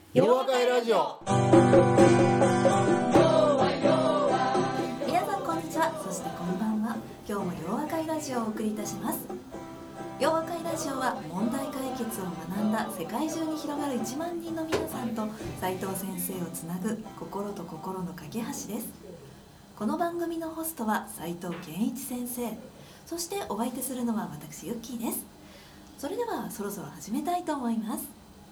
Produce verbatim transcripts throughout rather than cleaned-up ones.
ようわかいラジオ。 皆さんこんにちは、そしてこんばんは。今日もようわかいラジオをお送りいたします。ようわかいラジオは問題解決を学んだ世界中に広がるいちまんにんの皆さんと斉藤先生をつなぐ心と心の架け橋です。この番組のホストは斉藤健一先生、そしてお相手するのは私ユッキーです。それではそろそろ始めたいと思います。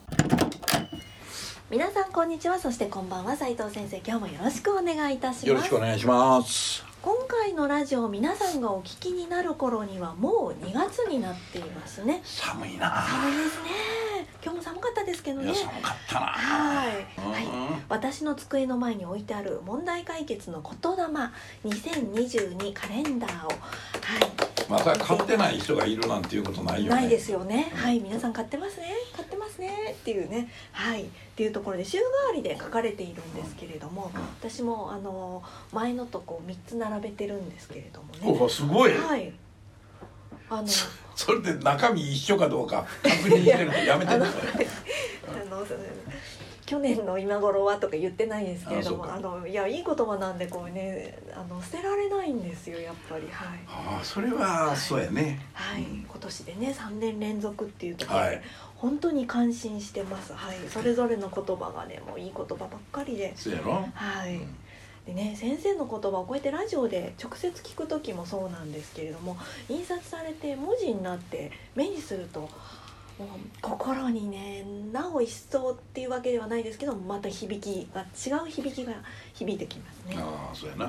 皆さんこんにちは、そしてこんばんは。斉藤先生、今日もよろしくお願いいたします。 よろしくお願いします。 今回のラジオ、皆さんがお聞きになる頃にはもうにがつになっていますね。 寒いな。 寒いですね。今日も寒かったですけどね。 いや寒かったな。 はい、 うんはい、私の机の前に置いてある問題解決の言霊にせんにじゅうにカレンダーを、はい、 また買ってない人がいるなんていうことないよね。 ないですよね。はい、皆さん買ってますね、買ってますねっていうね、はい、っていうところで週替わりで書かれているんですけれども、私もあの前のとこみっつ並べてるんですけれどもね。 お、すごい。 はい。あのそれで中身一緒かどうか確認してるのやめてください。 あの去年の今頃はとか言ってないんですけれども、あのいやいい言葉なんでこうね、あの捨てられないんですよやっぱり。はい。 ああ、それは、はい、そうやね。 はい、今年でねさんねん連続っていうところで、はい、本当に感心してます。はい、それぞれの言葉がねもういい言葉ばっかりで。 そうやろ。 はい。 うんでね、先生の言葉をこうやってラジオで直接聞く時もそうなんですけれども、印刷されて文字になって目にするともう心にねなお一層っていうわけではないですけど、また響きが違う響きが響いてきますね。 ああ、そうやな。 はい、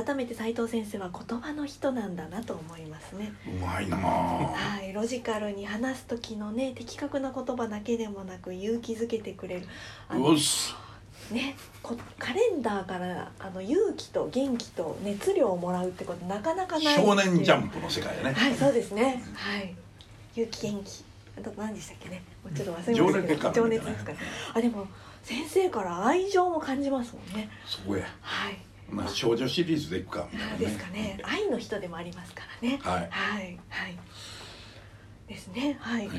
改めて斉藤先生は言葉の人なんだなと思いますね。 うまいな。 はい、ロジカルに話す時のね的確な言葉だけでもなく勇気づけてくれる。あのよしね、カレンダーからあの勇気と元気と熱量をもらうってことなかなかない。 少年ジャンプの世界やね。 はい、そうですね。はい、勇気元気、あと何でしたっけね、もうちょっと忘れましたけど、情熱ですかね。あ、でも先生から愛情も感じますもんね。 そうや。 はい。 まあ少女シリーズでいくかみたいな、ね、 ですかね。愛の人でもありますからね。 はいはいはいですね。はい。はい、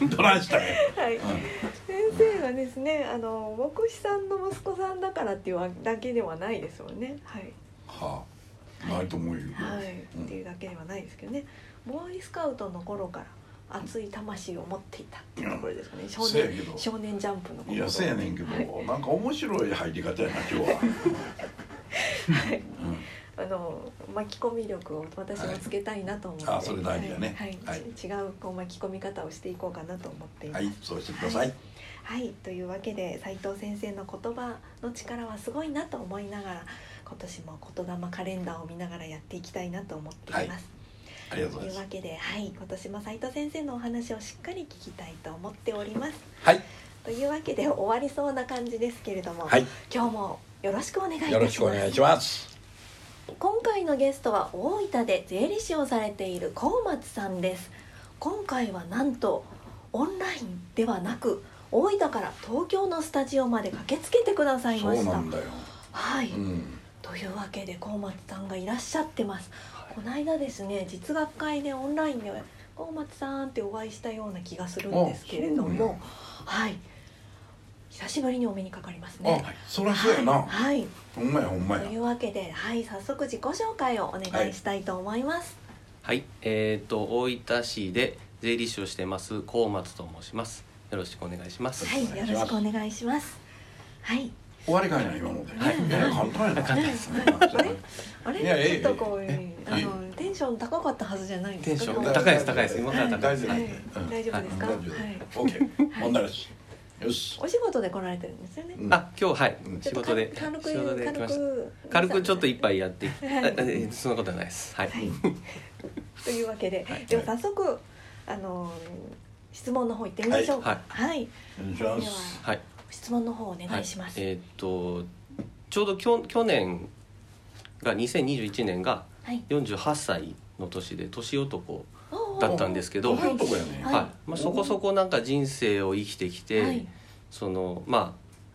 どないしたね。 はい。うん、先生がですね、あの牧師さんの息子さんだからっていうだけではないですもんね。はい。 はあ、ないと思うよ。 はい、うん、っていうだけではないですけどね。ボーイスカウトの頃から熱い魂を持っていたっていうところですかね。うん、少年少年ジャンプの頃。 いや、そうやねんけど、はい、なんか面白い入り方やな今日は。 はい。うん、あの巻き込み力を私もつけたいなと思って、 はい、あ、それ大事だね。 はいはい、違うこう巻き込み方をしていこうかなと思っています。 はい、そうしてください。 はい、はい、というわけで斉藤先生の言葉の力はすごいなと思いながら、今年も言霊カレンダーを見ながらやっていきたいなと思っています。 はい、ありがとうございます。 というわけで、はい、今年も斉藤先生のお話をしっかり聞きたいと思っております。 はい。 というわけで終わりそうな感じですけれども、 はい、 今日もよろしくお願いいたします。 よろしくお願いします。 今回のゲストは大分で税理士をされている高松さんです。今回はなんとオンラインではなく大分から東京のスタジオまで駆けつけてくださいました。 そうなんだよ。 はい、 うん、 というわけで高松さんがいらっしゃってます。はい、この間ですね、実学会でオンラインで高松さんってお会いしたような気がするんですけれども、はい、久しぶりにお目にかかりますね。 あ、そりゃそうやな。 はい、はい、 ほんまやほんまや。 というわけで、はい、早速自己紹介をお願いしたいと思います。 はい、はい、えーと大分市で税理士をしてます高松と申します。よろしくお願いします。 はい、よろしくお願いします。はい。 終わりかいな今ので。 はい。 いや、簡単やな。 簡単ですね。 あれ？あれ？ いや、 ちょっとこうあのテンション高かったはずじゃないんですか？ テンション高いです高いです。今から高いです。 はい。大丈夫ですか？はい。 オッケー。問題なし。よし。 お仕事で来られてるんですよね。 あ、今日はい。仕事で軽く仕事で来ました。 軽軽くちょっと一杯やって、そんなことはないです。はい。 というわけで、では早速あの質問の方行ってみましょうか。はい。 お願いします。 はい。 質問の方お願いします。 えっとちょうどきょ去年がにせんにじゅういちねんがよんじゅうはっさいの年で年男だったんですけど、 年男やね。 はい。まあそこそこなんか人生を生きてきて、そのまあ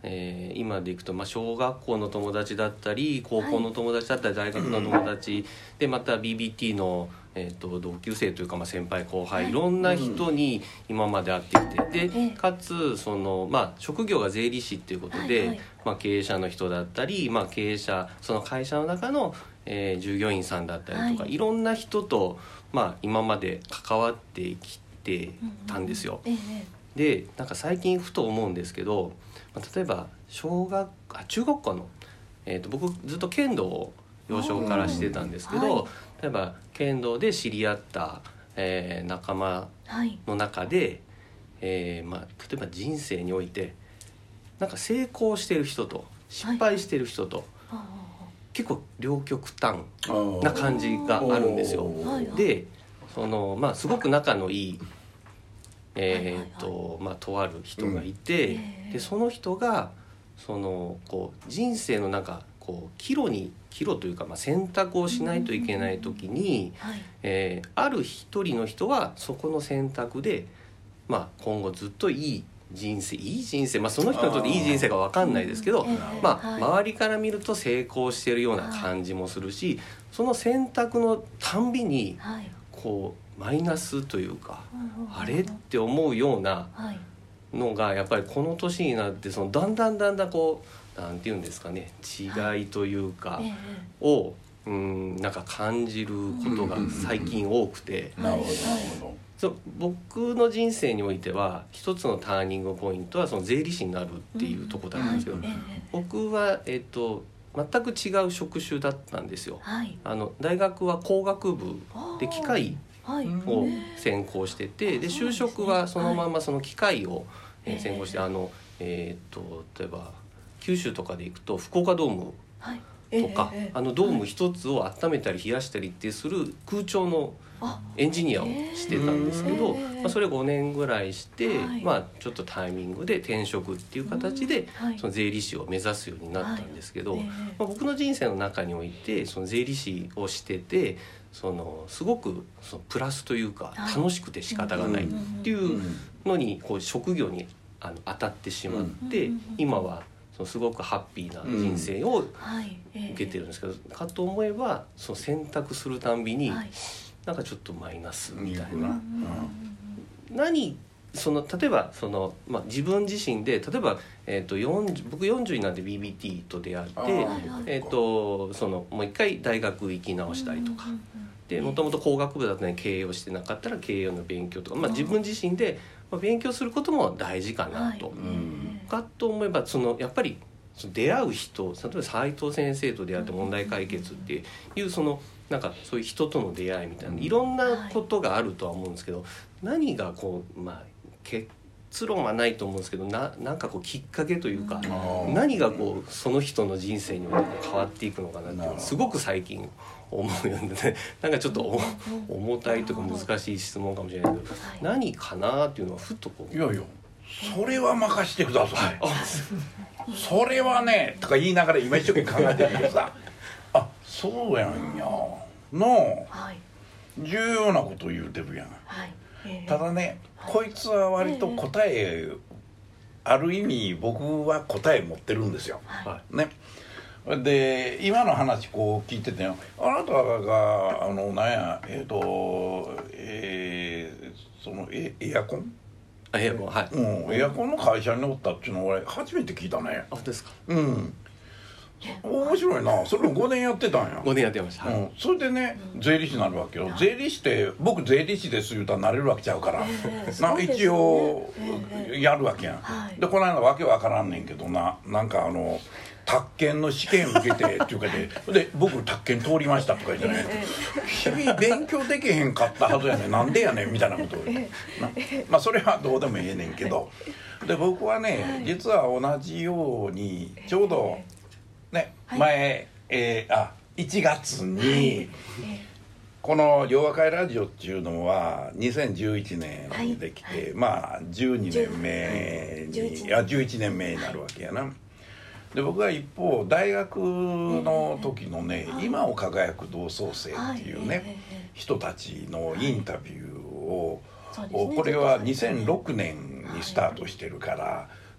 えー、今でいくと、まあ、小学校の友達だったり高校の友達だったり大学の友達、はい、でまた ビービーティー の、えー、と同級生というか、まあ、先輩後輩、はい、いろんな人に今まで会ってきて、でかつその、まあ、職業が税理士っていうことで、はいはい、まあ、経営者の人だったり、まあ、経営者その会社の中の、えー、従業員さんだったりとか、はい、いろんな人と、まあ、今まで関わってきてたんですよ。うんうん、でなんか最近ふと思うんですけど、例えば小学あ中学校の、えー、と僕ずっと剣道を幼少からしてたんですけど、はい、例えば剣道で知り合った、えー、仲間の中で、はい、えーまあ、例えば人生においてなんか成功してる人と失敗してる人と、はい、結構両極端な感じがあるんですよ。でその、まあ、すごく仲のいいえーとまあ、とある人がいて、うん、でその人がそのこう人生のなんかこう岐路に岐路というか、まあ、選択をしないといけない時に、うん、はい、えー、ある一人の人はそこの選択で、まあ、今後ずっといい人生いい人生、まあ、その人にとっていい人生が分かんないですけど、まあ、周りから見ると成功してるような感じもするし、その選択のたんびにこうマイナスというか、あれって思うようなのがやっぱりこの年になってそのだんだんだんだんこうなんていうんですかね、違いというかをうんなんか感じることが最近多くて、 なるほどなるほど。 そう僕の人生においては一つのターニングポイントはその税理士になるっていうところだったんですけど、僕はえっと全く違う職種だったんですよ。あの大学は工学部で機械を専攻してて、で就職はそのままその機械を専攻して、あのえー、と例えば九州とかで行くと福岡ドームとか、あのドーム一つを温めたり冷やしたりってする空調のエンジニアをしてたんですけど、まあ、それごねんぐらいして、まあ、ちょっとタイミングで転職っていう形でその税理士を目指すようになったんですけど、まあ、僕の人生の中においてその税理士をしててそのすごくそのプラスというか楽しくて仕方がないっていうのにこう職業にあの当たってしまって、今はそのすごくハッピーな人生を受けてるんですけど、かと思えばその選択するたんびになんかちょっとマイナスみたいな、何その例えばその、まあ、自分自身で例えば、えー、とよんじゅう僕よんじゅうになって ビービーティー と出会って、えー、とそのもう一回大学行き直したりとか、でもともと工学部だったのに経営をしてなかったら経営の勉強とか、まあ、自分自身で勉強することも大事かなと、かと思えばそのやっぱり出会う人、例えば斉藤先生と出会って問題解決っていうそのなんかそういう人との出会いみたいないろんなことがあるとは思うんですけど、何がこうまあ結論はないと思うんですけど な, なんかこうきっかけというか、何がこうその人の人生において変わっていくのかなってすごく最近思うよね。なんかちょっと重たいというか難しい質問かもしれないけど、何かなっていうのはふっとこう、 いやいやそれは任してください。それはねとか言いながら今一生懸命考えてるけどさあそうやんやの、はい、重要なこと言うてるやん、はい、えー、ただね、はい、こいつは割と答え、えー、ある意味僕は答え持ってるんですよ、はい、ね。で今の話こう聞いてて、あなたがあのなんやえっ、ー、とえー、そのエエアコンエアコン、はい、 うん、エアコンの会社におったっていうのは俺初めて聞いたね。 あ、ですか。 うん。面白いな。それもごねんやってたんや。 ごねんやってました。 うん。それでね、税理士になるわけよ。税理士って僕税理士です言うたらなれるわけちゃうから、えー、な一応やるわけやん。えー、でこの間わけわからんねんけどな、なんかあの。宅建の試験受けてっていうかで、で僕宅建通りましたとか言ってね、君勉強できへんかったはずやねん、なんでやねんみたいなことを言って、まあそれはどうでもええねんけど、で僕はね実は同じようにちょうどね前、えー、あいちがつにこの洋和会ラジオっていうのはにせんじゅういちねんにできて、まあじゅうにねんめにいやじゅういちねんめになるわけやな。で僕は一方大学の時のね、えー、今を輝く同窓生っていうね、はい、人たちのインタビューを、はい、これはにせんろくねんにスタートしてるから、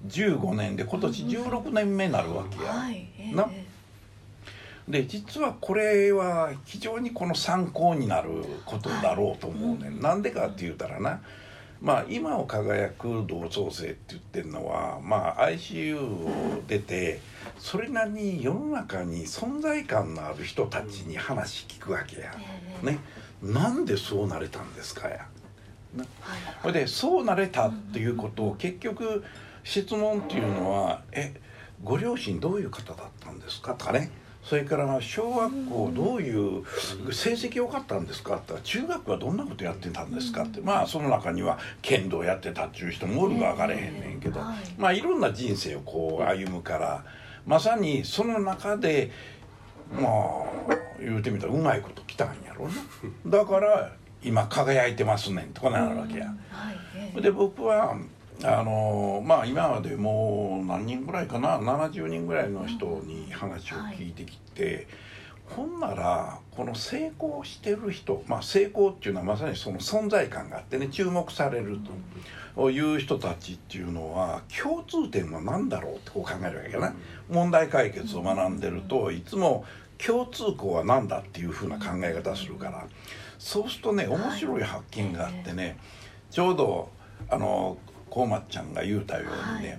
じゅうごねんで今年じゅうろくねんめになるわけや、 はい、えー、 なで実はこれは非常にこの参考になることだろうと思うね、はい、なんでかって言ったらな、まあ今を輝く同窓生って言ってるのは、まあ アイシーユー を出てそれなりに世の中に存在感のある人たちに話聞くわけや、ね、なんでそうなれたんですかや、ね、はい、でそうなれたっていうことを結局質問っていうのはえご両親どういう方だったんですかとかね、それから小学校どういう成績良かったんですかって中学はどんなことやってたんですかって、まあその中には剣道やってたっていう人もおるか分かれへんねんけど、まあいろんな人生をこう歩むからまさにその中でまあ言うてみたらうまいこと来たんやろうな、だから今輝いてますねんとかなるわけや。で僕はあのまあ今までもう何人ぐらいかなななじゅうにんぐらいの人に話を聞いてきて、はい、ほんならこの成功してる人、まあ成功っていうのはまさにその存在感があってね注目されるという人たちっていうのは共通点は何だろうってこう考えるわけかな、問題解決を学んでるといつも共通項は何だっていうふうな考え方するから、そうするとね面白い発見があってね、ちょうどあのこうまっちゃんが言うたようにね、はい、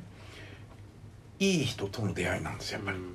いい人との出会いなんですよやっぱり、うん、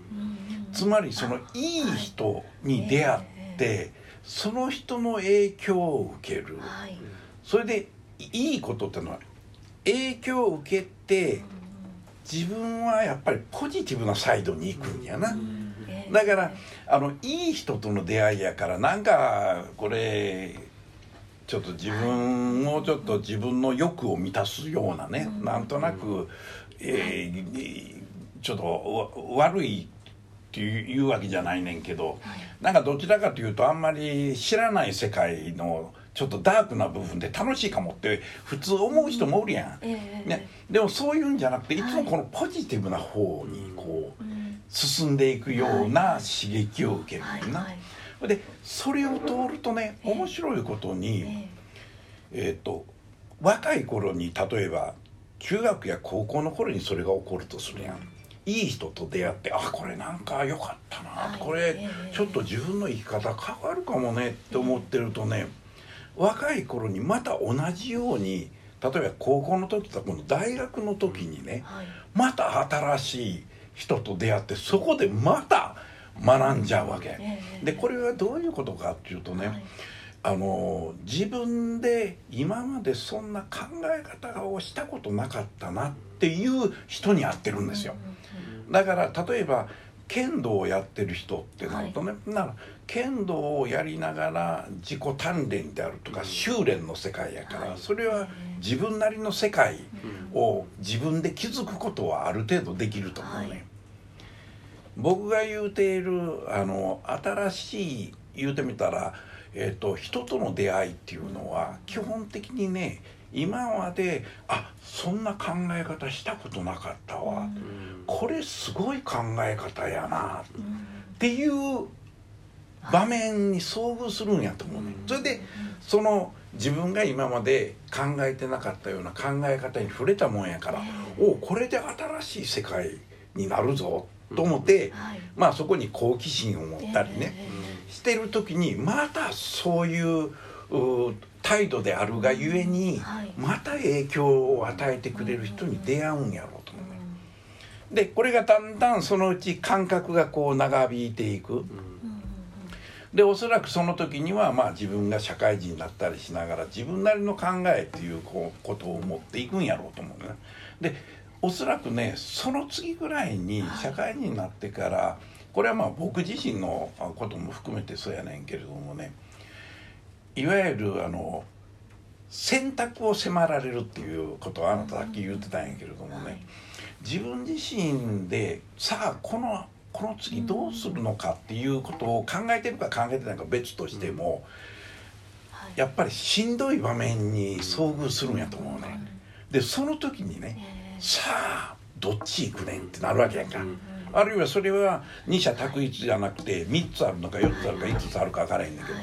つまりそのいい人に出会って、はい、その人の影響を受ける、はい、それでいいことってのは影響を受けて、うん、自分はやっぱりポジティブなサイドに行くんやな、うん、だからあのいい人との出会いやからなんかこれちょっと自分もちょっと自分の欲を満たすようなね、うん、なんとなく、えー、ちょっと悪いっていうわけじゃないねんけど、はい、なんかどちらかというとあんまり知らない世界のちょっとダークな部分で楽しいかもって普通思う人もおるやん、うんえーね、でもそういうんじゃなくていつもこのポジティブな方にこう進んでいくような刺激を受けるんだな、はいはいでそれを通るとね面白いことに、えー、と若い頃に例えば中学や高校の頃にそれが起こるとするやん、いい人と出会ってあこれなんか良かったな、これちょっと自分の生き方変わるかもねって思ってるとね、若い頃にまた同じように例えば高校の時とかこの大学の時にね、また新しい人と出会ってそこでまた学んじゃうわけで、これはどういうことかっていうとね、はい、あの自分で今までそんな考え方をしたことなかったなっていう人に会ってるんですよ。だから例えば剣道をやってる人ってなるとね、はい、なら剣道をやりながら自己鍛錬であるとか修練の世界やから、それは自分なりの世界を自分で気づくことはある程度できると思うね、はい、僕が言うているあの新しい言うてみたら、えーと、人との出会いっていうのは基本的にね今まであそんな考え方したことなかったわ、うん、これすごい考え方やなっていう場面に遭遇するんやと思うね、うん、それでその自分が今まで考えてなかったような考え方に触れたもんやから、うん、おこれで新しい世界になるぞと思って、うんはい、まあそこに好奇心を持ったりね、えー、してる時にまたそういう態度であるがゆえに、はい、また影響を与えてくれる人に出会うんやろうと思うね、うん、でこれがだんだんそのうち感覚がこう長引いていく、うん、でおそらくその時にはまあ自分が社会人になったりしながら自分なりの考えっていうことを持っていくんやろうと思うね。でおそらくねその次ぐらいに社会人になってから、はい、これはまあ僕自身のことも含めてそうやねんけれどもね、いわゆるあの選択を迫られるっていうことをあなたさっき言ってたんやけれどもね、はい、自分自身でさあこのこの次どうするのかっていうことを考えてるか考えてないか別としても、はい、やっぱりしんどい場面に遭遇するんやと思うね。でその時にねさあどっち行くねんってなるわけやんか、うん、あるいはそれは二者択一じゃなくてみっつあるのかよっつあるかいつつあるか分からへんねんけど、はい、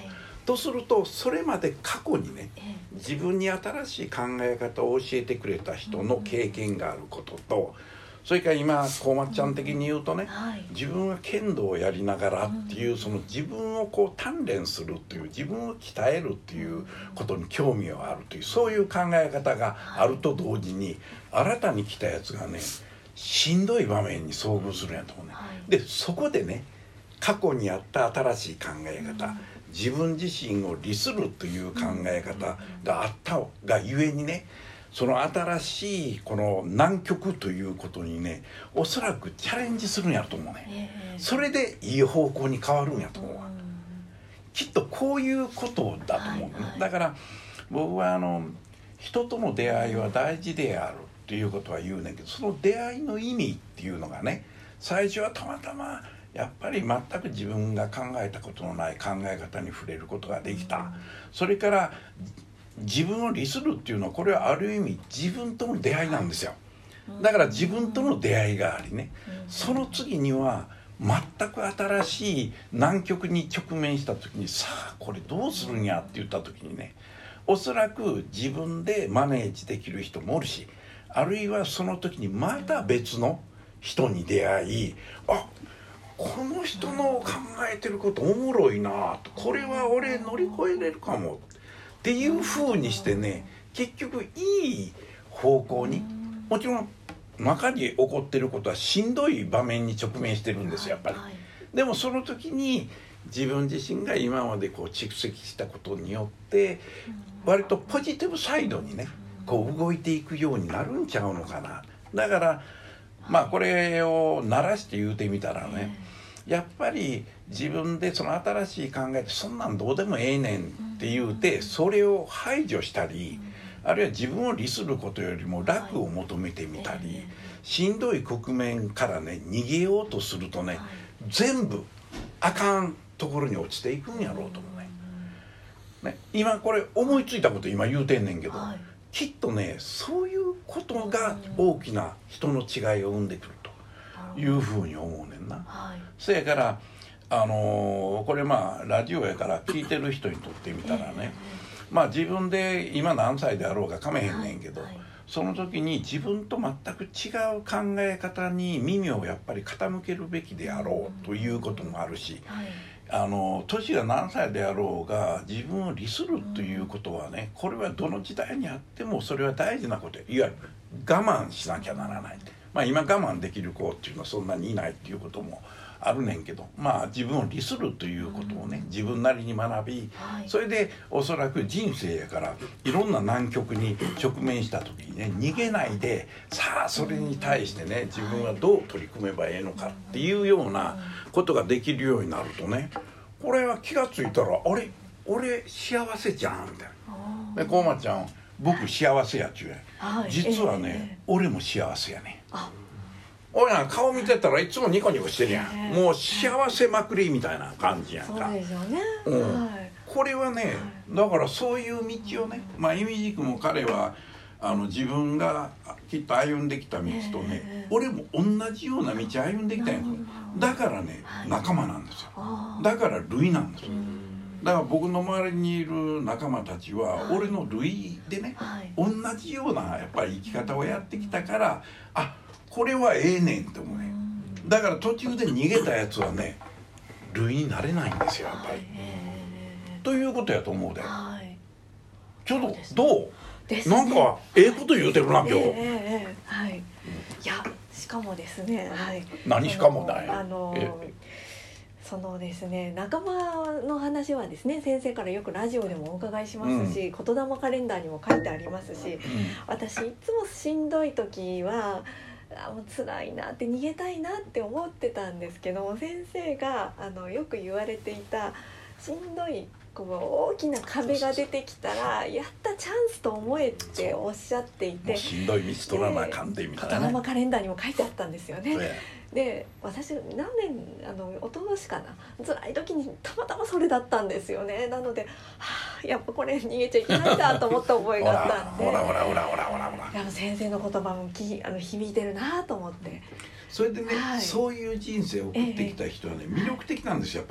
とするとそれまで過去にね自分に新しい考え方を教えてくれた人の経験があることと、それから今こうまっちゃん的に言うとね、自分は剣道をやりながらっていうその自分をこう鍛錬するっていう自分を鍛えるっていうことに興味があるというそういう考え方があると同時に、新たに来たやつがねしんどい場面に遭遇するんやと思うね。でそこでね過去にあった新しい考え方、自分自身を利するという考え方があったがゆえにね、その新しいこの難局ということにねおそらくチャレンジするんやと思うね、えー、それでいい方向に変わるんやと思うわ、うん、きっとこういうことだと思う、ね、はいはい、だから僕はあの人との出会いは大事であるっていうことは言うねんけど、その出会いの意味っていうのがね最初はたまたまやっぱり全く自分が考えたことのない考え方に触れることができた、うん、それから自分を利するっていうのはこれはある意味自分との出会いなんですよ。だから自分との出会いがありね、その次には全く新しい難局に直面した時にさあこれどうするんやって言った時にね、おそらく自分でマネージできる人もおるし、あるいはその時にまた別の人に出会い、あこの人の考えてることおもろいなと、これは俺乗り越えれるかもっていう風にしてね、結局いい方向に、もちろん中に起こってることはしんどい場面に直面してるんですよやっぱり、はい、でもその時に自分自身が今までこう蓄積したことによって割とポジティブサイドにねこう動いていくようになるんちゃうのかな。だからまあこれを慣らして言うてみたらね、やっぱり自分でその新しい考えでそんなんどうでもええねんって言うてそれを排除したり、あるいは自分を利することよりも楽を求めてみたり、しんどい局面からね逃げようとするとね全部あかんところに落ちていくんやろうと思うね。ね、今これ思いついたこと今言うてんねんけど、はい、きっとねそういうことが大きな人の違いを生んでくるというふうに思うねんな。はい、そやからあのー、これまあラジオやから聞いてる人にとってみたらね、まあ自分で今何歳であろうがかめへんねんけど、はいはい、その時に自分と全く違う考え方に耳をやっぱり傾けるべきであろうということもあるし、はい、あの年が何歳であろうが自分を利するということはね、これはどの時代にあってもそれは大事なこと、いわゆる我慢しなきゃならない。まあ今我慢できる子っていうのはそんなにいないっていうこともあるねんけど、まあ自分を利するということをね自分なりに学び、それでおそらく人生やからいろんな難局に直面した時にね逃げないで、さあそれに対してね自分はどう取り組めばいいのかっていうようなことができるようになるとね、これは気がついたらあれ俺幸せじゃんみたいな。でこうまちゃん僕幸せやっちゅうや、はい、実はね、えー、俺も幸せやね。あ俺なんか顔見てたらいつもニコニコしてるやん、えー、もう幸せまくりみたいな感じやんか。 そうですよね、 うんはい、これはねだからそういう道をね、まあいみじくも彼はあの自分がきっと歩んできた道とね、えー、俺も同じような道歩んできたやん。だからね、はい、仲間なんですよ。だから類なんですよ。だから僕の周りにいる仲間たちは俺の類でね、はい、同じようなやっぱり生き方をやってきたから、あこれはええねんって思うね。だから途中で逃げたやつはね類になれないんですよやっぱり、はい、ということやと思うで、はい、ちょっとどうですね、なんかええこと言うてるな今日、えーえーはい、いやしかもですね、はい、 何しかもないあのーそのですね、仲間の話はですね先生からよくラジオでもお伺いしますし、うん、言霊カレンダーにも書いてありますし、うん、私いつもしんどい時はあもう辛いなって逃げたいなって思ってたんですけど、先生があのよく言われていたしんどいこう大きな壁が出てきたらやったチャンスと思えっておっしゃっていて、もうしんどい道取らなあかんでみたいなね、 言霊カレンダーにも書いてあったんですよね。で私何年あのおととしかな辛い時にたまたまそれだったんですよね。なので、はあ、やっぱこれ逃げちゃいけないんだと思った覚えがあったんでほらほらほらほらほらほらあの先生の言葉もきあの響いてるなと思って、 それでね、はい、そういう人生を送ってきた人はね、ええ、魅力的なんですよやっぱり。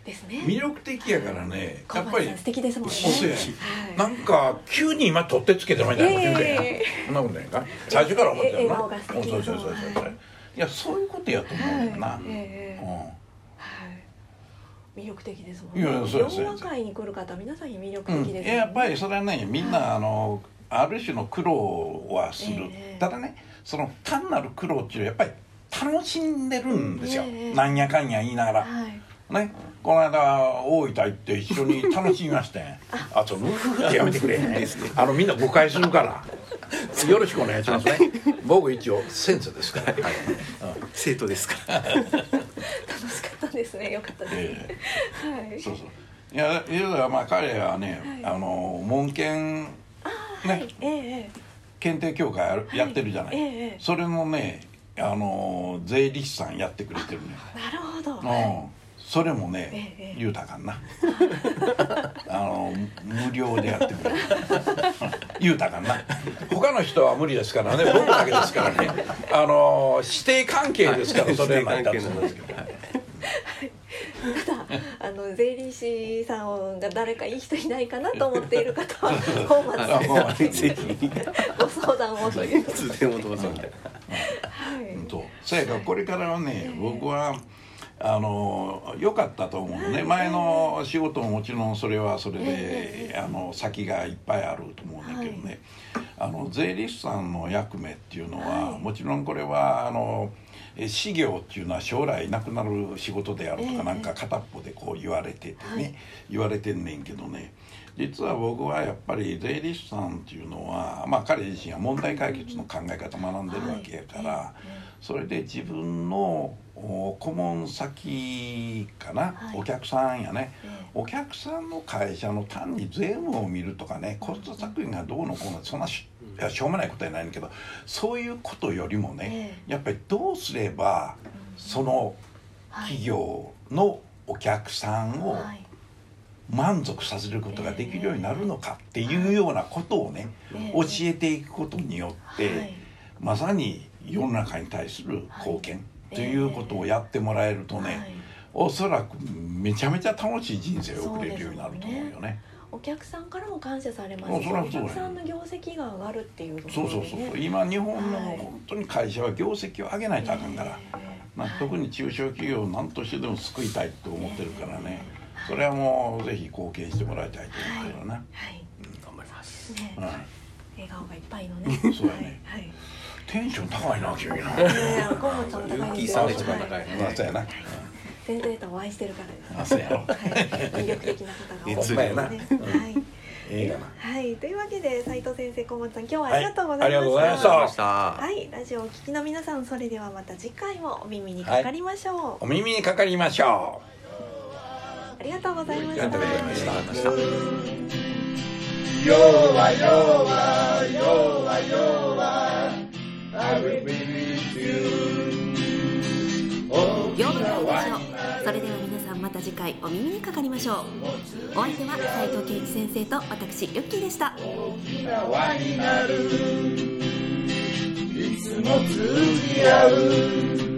ですね、 魅力的やからね、やっぱり素敵ですもんね。 なんか急に今取ってつけてみたいなこと言うて、そんなことないか。最初から思ってるな。そうそうそうそう。いやそういうことやと思うよな。 魅力的ですもんね。洋和会に来る方皆さんに魅力的ですね。 やっぱりそれはね、みんなあのある種の苦労はする。ただね、その単なる苦労っていうのはやっぱり楽しんでるんですよ。なんやかんや言いながら。ね、この間大分行って一緒に楽しみまして、あとうふってやめてくれ、ね、あのみんな誤解するからよろしくお願いしますね。僕一応先生ですから、はい、 生徒ですから楽しかったですね。よかったです、えー、はい。そうそう。いや、いやまあ彼はね、はい、あの門検ね、はいえー、検定協会やってるじゃない。はいえー、それのね、あの税理士さんやってくれてるね。 なるほど。 うん。それもね、ええ、言うたかんなあの無料でやってくれる言うたかんな。他の人は無理ですからね、僕だけですからね、あの師弟関係ですから、それは成り立つんですけど、はい、 ただあの税理士さんが誰かいい人いないかなと思っている方は本末ぜひご相談をといういつでもどうぞみたいな。 そやからこれからはね、僕はあの良かったと思うのね。前の仕事ももちろんそれはそれであの先がいっぱいあると思うんだけどね、あの税理士さんの役目っていうのはもちろんこれはあの事業っていうのは将来なくなる仕事であるとかなんか片っぽでこう言われててね、言われてんねんけどね、実は僕はやっぱり税理士さんっていうのはまあ彼自身は問題解決の考え方学んでるわけやから、それで自分の顧問先かな、はい、お客さんやね、ええ、お客さんの会社の単に税務を見るとかね、コスト削減がどうのこうのそんな し,、うん、いやしょうもないことはないんだけど、そういうことよりもね、ええ、やっぱりどうすれば、うん、その企業のお客さんを満足させることができるようになるのかっていうようなことをね、ええ、教えていくことによって、はい、まさに世の中に対する貢献、はいということをやってもらえるとね、えーはい、おそらくめちゃめちゃ楽しい人生を送れるようになると思うよね。 お客さんからも感謝されますし、お客さんの業績が上がるっていうところで、ね、 そうそうそう。今日本の本当に会社は業績を上げないとあかんから、はいまあ、特に中小企業を何としてでも救いたいと思ってるからね、はい、それはもうぜひ貢献してもらいたいと思うからな、はいはいうん、頑張ります、 ねはい、笑顔がいっぱいのねそうやね、はいはい、テンション高いな君な。 いやいや、コウモちゃんも高いんですよ。 さんが一番高いね。 まあそうやな。はい、 先生とお会いしてるからです、ね。 あ、そうやろ。はい、 魅力的な方が多いですね。 はい。 映画な。 はい、というわけで斉藤先生、コウモちゃん、今日はありがとうございました。 はい、ありがとうございました。 はい、ラジオをお聞きの皆さん、それではまた次回もお耳にかかりましょう。はい、 お耳にかかりましょう。ありがとうございました。ありがとうございました。 よわよわよわよわ I will be with you ようま会ラジオ。それでは皆さんまた次回お耳にかかりましょう。お相手は斉藤圭一先生と私ユッキーでした。 大きな輪になるいつも通じ合う